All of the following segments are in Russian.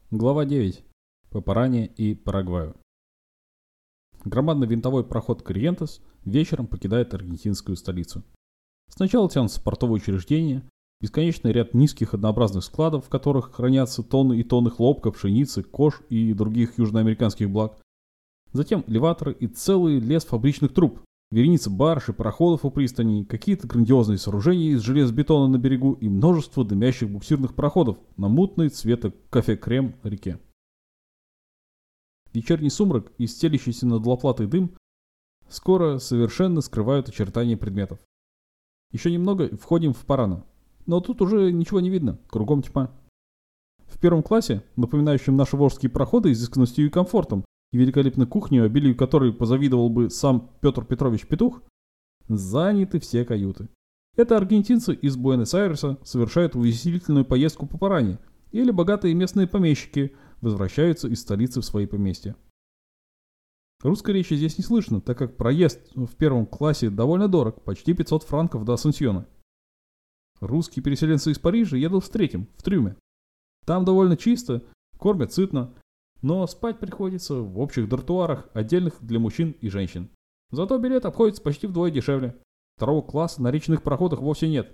Глава 9. По Паране и Парагваю. Громадный винтовой проход Корриентес вечером покидает аргентинскую столицу. Сначала тянутся портовые учреждения, бесконечный ряд низких однообразных складов, в которых хранятся тонны и тонны хлопка, пшеницы, кож и других южноамериканских благ. Затем элеваторы и целый лес фабричных труб, вереницы барж и пароходов у пристаней, какие-то грандиозные сооружения из железобетона на берегу и множество дымящих буксирных пароходов на мутной цвета кофе-крем реке. Вечерний сумрак и стелящийся над лоплатой дым скоро совершенно скрывают очертания предметов. Еще немного входим в Парану, но тут уже ничего не видно, кругом тьма. В первом классе, напоминающем наши волжские пароходы изысканностью и комфортом, и великолепной кухней, обилию которой позавидовал бы сам Петр Петрович Петух, заняты все каюты. Это аргентинцы из Буэнос-Айреса совершают увеселительную поездку по Паране, или богатые местные помещики возвращаются из столицы в свои поместья. Русской речи здесь не слышно, так как проезд в первом классе довольно дорог, почти 500 франков до Асунсьона. Русские переселенцы из Парижа едут в третьем, в трюме. Там довольно чисто, кормят сытно, но спать приходится в общих дартуарах, отдельных для мужчин и женщин. Зато билет обходится почти вдвое дешевле. Второго класса на речных пароходах вовсе нет.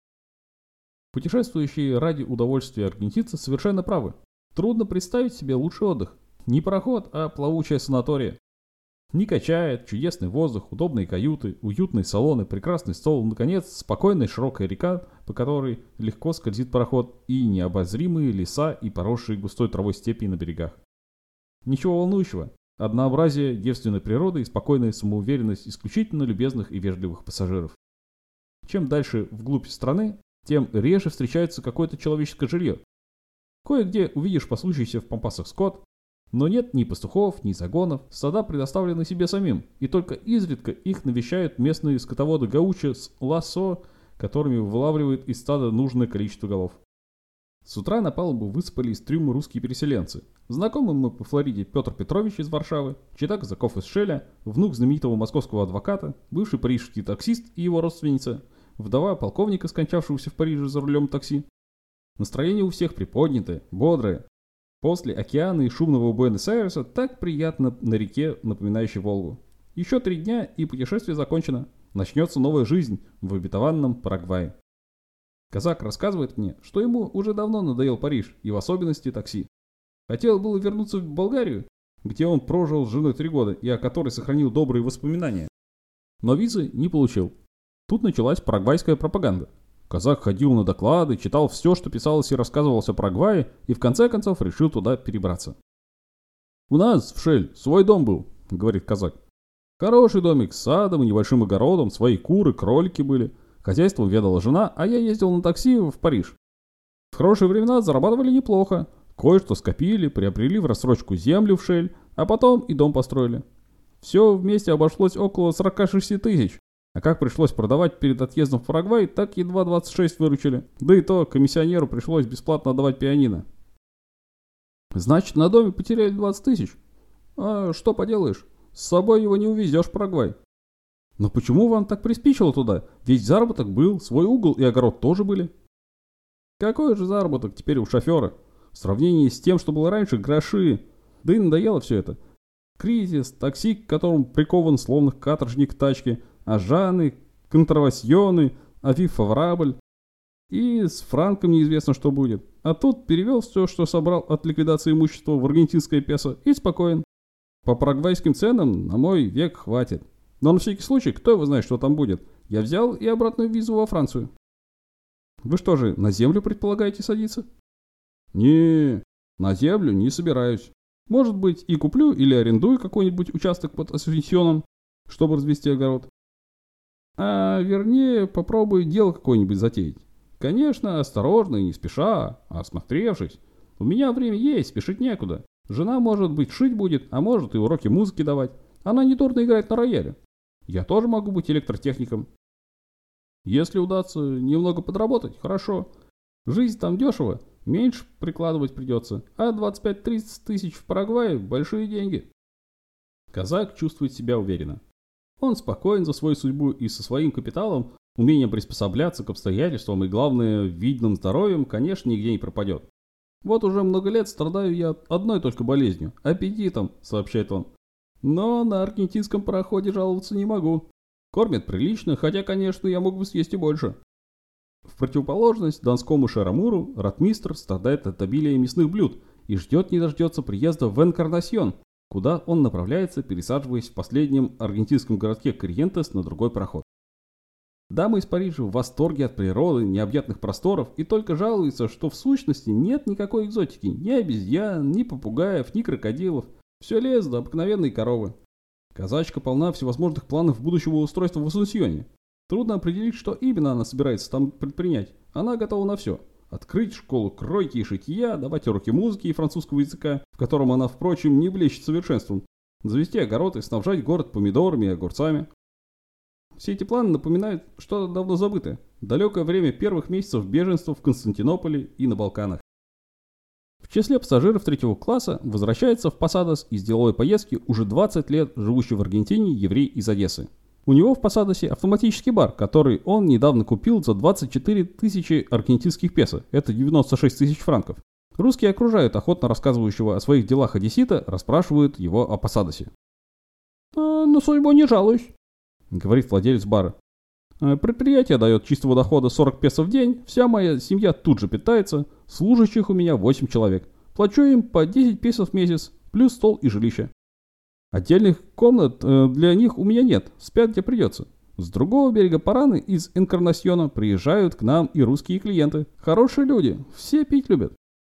Путешествующие ради удовольствия аргентинцы совершенно правы. Трудно представить себе лучший отдых. Не пароход, а плавучая санатория. Не качает, чудесный воздух, удобные каюты, уютные салоны, прекрасный стол, наконец, спокойная широкая река, по которой легко скользит пароход, и необозримые леса и поросшие густой травой степи на берегах. Ничего волнующего. Однообразие девственной природы и спокойная самоуверенность исключительно любезных и вежливых пассажиров. Чем дальше вглубь страны, тем реже встречается какое-то человеческое жилье. Кое-где увидишь пасущийся в пампасах скот, но нет ни пастухов, ни загонов, стада предоставлены себе самим, и только изредка их навещают местные скотоводы-гаучи с лассо, которыми вылавливают из стада нужное количество голов. С утра на палубу высыпали из трюма русские переселенцы. Знакомый мы по Флориде Петр Петрович из Варшавы, чета казаков из Шеля, внук знаменитого московского адвоката, бывший парижский таксист и его родственница, вдова полковника, скончавшегося в Париже за рулем такси. Настроение у всех приподнятое, бодрое. После океана и шумного Буэнос-Айреса так приятно на реке, напоминающей Волгу. Еще 3 дня и путешествие закончено. Начнется новая жизнь в обетованном Парагвае. Казак рассказывает мне, что ему уже давно надоел Париж, и в особенности такси. Хотел было вернуться в Болгарию, где он прожил с женой 3 года и о которой сохранил добрые воспоминания. Но визы не получил. Тут началась парагвайская пропаганда. Казак ходил на доклады, читал все, что писалось и рассказывалось о Парагвае, и в конце концов решил туда перебраться. «У нас в Шель свой дом был», — говорит казак. «Хороший домик с садом и небольшим огородом, свои куры, кролики были. Хозяйством ведала жена, а я ездил на такси в Париж. В хорошие времена зарабатывали неплохо. Кое-что скопили, приобрели в рассрочку землю в Шель, а потом и дом построили. Все вместе обошлось около 46 тысяч. А как пришлось продавать перед отъездом в Парагвай, так едва 26 выручили. Да и то комиссионеру пришлось бесплатно отдавать пианино». «Значит, на доме потеряли 20 тысяч? А что поделаешь, с собой его не увезешь в Парагвай». «Но почему вам так приспичило туда? Ведь заработок был, свой угол и огород тоже были». «Какой же заработок теперь у шофера? В сравнении с тем, что было раньше, гроши. Да и надоело все это. Кризис, такси, к которому прикован словно каторжник к тачке, ажаны, контравасьоны, авив фаворабль. И с франком неизвестно, что будет. А тут перевел все, что собрал от ликвидации имущества в аргентинское песо, и спокоен. По парагвайским ценам на мой век хватит. Но на всякий случай, кто его знает, что там будет. Я взял и обратную визу во Францию». «Вы что же, на землю предполагаете садиться?» «Не, на землю не собираюсь. Может быть, и куплю или арендую какой-нибудь участок под Асунсьоном, чтобы развести огород. А вернее, попробую дело какое-нибудь затеять. Конечно, осторожно и не спеша, а осмотревшись. У меня время есть, спешить некуда. Жена, может быть, шить будет, а может и уроки музыки давать. Она недурно играет на рояле. Я тоже могу быть электротехником. Если удастся немного подработать, хорошо. Жизнь там дешево, меньше прикладывать придется, а 25-30 тысяч в Парагвае – большие деньги». Казак чувствует себя уверенно. Он спокоен за свою судьбу и со своим капиталом, умением приспосабляться к обстоятельствам и, главное, видным здоровьем, конечно, нигде не пропадет. Вот уже много лет страдаю я одной только болезнью – аппетитом, сообщает он. Но на аргентинском пароходе жаловаться не могу. Кормят прилично, хотя, конечно, я мог бы съесть и больше. В противоположность донскому шарамуру, ротмистр страдает от обилия мясных блюд и ждет не дождется приезда в Энкарнасьон, куда он направляется, пересаживаясь в последнем аргентинском городке Корриентес на другой пароход. Дамы из Парижа в восторге от природы, необъятных просторов и только жалуются, что в сущности нет никакой экзотики, ни обезьян, ни попугаев, ни крокодилов. Все лес да обыкновенные коровы. Казачка полна всевозможных планов будущего устройства в Асунсьоне. Трудно определить, что именно она собирается там предпринять. Она готова на все. Открыть школу кройки и шитья, давать уроки музыки и французского языка, в котором она, впрочем, не блещет совершенством. Завести огород и снабжать город помидорами и огурцами. Все эти планы напоминают что-то давно забытое. Далекое время первых месяцев беженства в Константинополе и на Балканах. В числе пассажиров третьего класса возвращается в Посадос из деловой поездки уже 20 лет живущий в Аргентине еврей из Одессы. У него в Посадосе автоматический бар, который он недавно купил за 24 тысячи аргентинских песо, это 96 тысяч франков. Русские окружают охотно рассказывающего о своих делах одессита, расспрашивают его о Посадосе. «На судьбу не жалуюсь», — говорит владелец бара. «Предприятие дает чистого дохода 40 песо в день, вся моя семья тут же питается, служащих у меня 8 человек. Плачу им по 10 песо в месяц, плюс стол и жилище. Отдельных комнат для них у меня нет, спят где придется. С другого берега Параны из Энкарнасьона приезжают к нам и русские клиенты. Хорошие люди, все пить любят».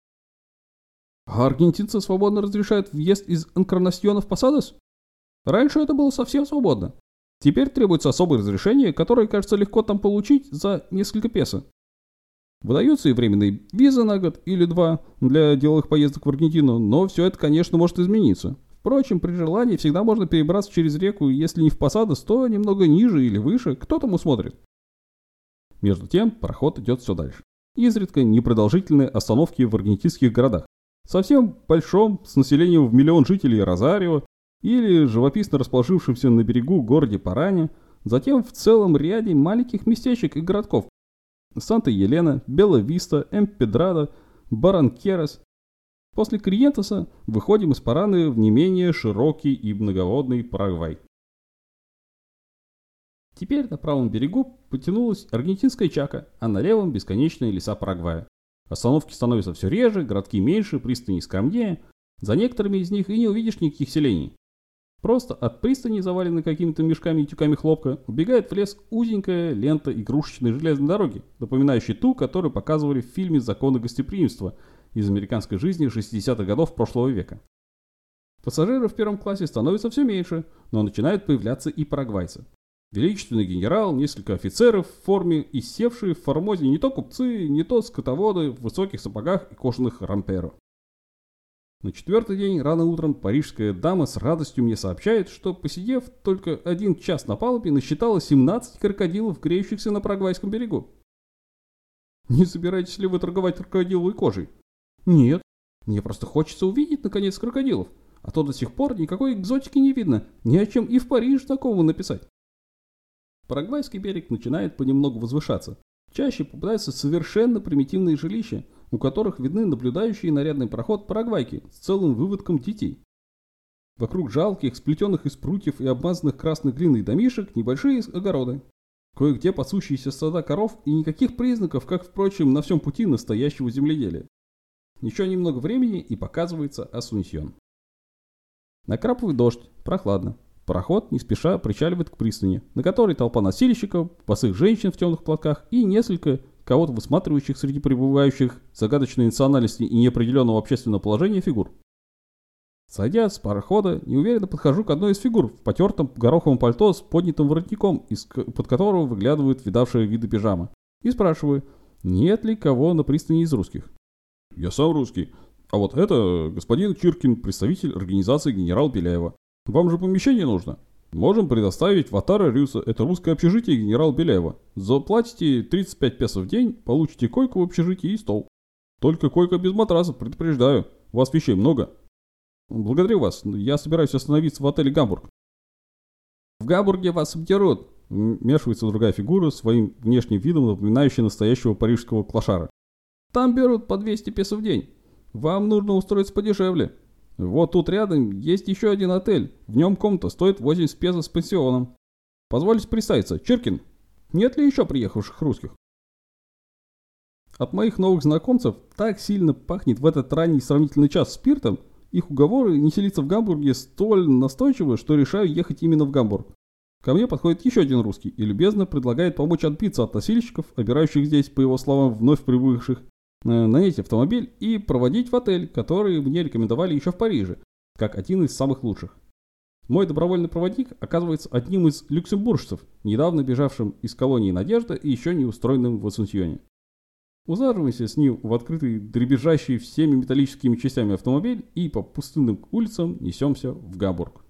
«А аргентинцы свободно разрешают въезд из Энкарнасьона в Посадос? Раньше это было совсем свободно. Теперь требуется особое разрешение, которое, кажется, легко там получить за несколько песо. Выдаются и временные визы на год или два для деловых поездок в Аргентину, но все это, конечно, может измениться. Впрочем, при желании всегда можно перебраться через реку, если не в Посадос, то немного ниже или выше, кто там усмотрит». Между тем, пароход идет все дальше. Изредка непродолжительные остановки в аргентинских городах. Совсем большом, с населением в 1 миллион жителей Розарио, или живописно расположившемся на берегу городе Паране, затем в целом ряде маленьких местечек и городков: Санта-Елена, Белла-Виста, Эмпедрадо, Баранкерос. После Корриентеса выходим из Параны в не менее широкий и многоводный Парагвай. Теперь на правом берегу потянулась аргентинская Чако, а на левом бесконечные леса Парагвая. Остановки становятся все реже, городки меньше, пристани скромнее. За некоторыми из них и не увидишь никаких селений. Просто от пристани, заваленной какими-то мешками и тюками хлопка, убегает в лес узенькая лента игрушечной железной дороги, напоминающей ту, которую показывали в фильме «Законы гостеприимства» из американской жизни 60-х годов прошлого века. Пассажиров в первом классе становится все меньше, но начинают появляться и парагвайцы. Величественный генерал, несколько офицеров в форме и севшие в Формозе не то купцы, не то скотоводы в высоких сапогах и кожаных рамперо. На 4-й день рано утром парижская дама с радостью мне сообщает, что, посидев только 1 час на палубе, насчитала 17 крокодилов, греющихся на парагвайском берегу. «Не собираетесь ли вы торговать крокодиловой кожей?» «Нет, мне просто хочется увидеть, наконец, крокодилов, а то до сих пор никакой экзотики не видно, ни о чем и в Париж такого написать». Парагвайский берег начинает понемногу возвышаться. Чаще попадаются совершенно примитивные жилища, у которых видны наблюдающие нарядный проход парагвайки с целым выводком детей. Вокруг жалких, сплетенных из прутьев и обмазанных красной глиной домишек небольшие огороды. Кое-где пасущиеся стада коров и никаких признаков, как, впрочем, на всем пути настоящего земледелия. Еще немного времени и показывается Асунсьон. Накрапывает дождь, прохладно. Пароход не спеша причаливает к пристани, на которой толпа носильщиков, босых женщин в темных платках и несколько кого-то высматривающих среди прибывающих загадочной национальности и неопределенного общественного положения фигур. Сойдя с парохода, неуверенно подхожу к одной из фигур в потертом гороховом пальто с поднятым воротником, из-под которого выглядывает видавшая виды пижама, и спрашиваю, нет ли кого на пристани из русских. «Я сам русский, а вот это господин Чиркин, представитель организации генерал Беляева. Вам же помещение нужно? Можем предоставить в Атара Рюса, это русское общежитие генерал Беляева. Заплатите 35 песо в день, получите койку в общежитии и стол. Только койка без матраса, предупреждаю, у вас вещей много». «Благодарю вас, я собираюсь остановиться в отеле «Гамбург». «В Гамбурге вас обдерут», — вмешивается другая фигура, своим внешним видом напоминающая настоящего парижского клошара. «Там берут по 200 песо в день. Вам нужно устроиться подешевле. Вот тут рядом есть еще один отель. В нем комната стоит 80 песо с пансионом. Позвольте представиться, Чиркин. Нет ли еще приехавших русских? От моих новых знакомцев так сильно пахнет в этот ранний сравнительный час спиртом, их уговоры не селиться в Гамбурге столь настойчивы, что решаю ехать именно в Гамбург. Ко мне подходит еще один русский и любезно предлагает помочь отбиться от носильщиков, обирающих здесь, по его словам, вновь прибывших, нанять автомобиль и проводить в отель, который мне рекомендовали еще в Париже, как один из самых лучших. Мой добровольный проводник оказывается одним из люксембуржцев, недавно бежавшим из колонии Надежда и еще не устроенным в Ассунсьоне. Усаживаемся с ним в открытый, дребезжащий всеми металлическими частями автомобиль и по пустынным улицам несемся в Гамбург.